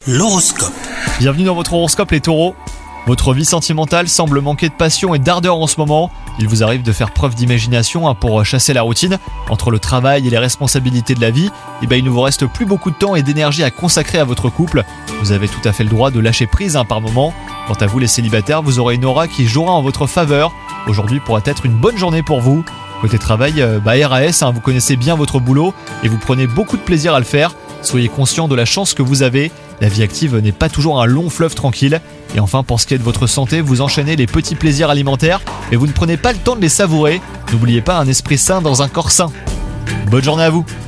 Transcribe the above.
L'horoscope. Bienvenue dans votre horoscope les taureaux. Votre vie sentimentale semble manquer de passion et d'ardeur en ce moment. Il vous arrive de faire preuve d'imagination pour chasser la routine. Entre le travail et les responsabilités de la vie, il ne vous reste plus beaucoup de temps et d'énergie à consacrer à votre couple. Vous avez tout à fait le droit de lâcher prise par moment. Quant à vous les célibataires, vous aurez une aura qui jouera en votre faveur. Aujourd'hui pourrait être une bonne journée pour vous. Côté travail, RAS, vous connaissez bien votre boulot et vous prenez beaucoup de plaisir à le faire. Soyez conscient de la chance que vous avez. La vie active n'est pas toujours un long fleuve tranquille. Et enfin, pour ce qui est de votre santé, vous enchaînez les petits plaisirs alimentaires, mais vous ne prenez pas le temps de les savourer. N'oubliez pas, un esprit sain dans un corps sain. Bonne journée à vous!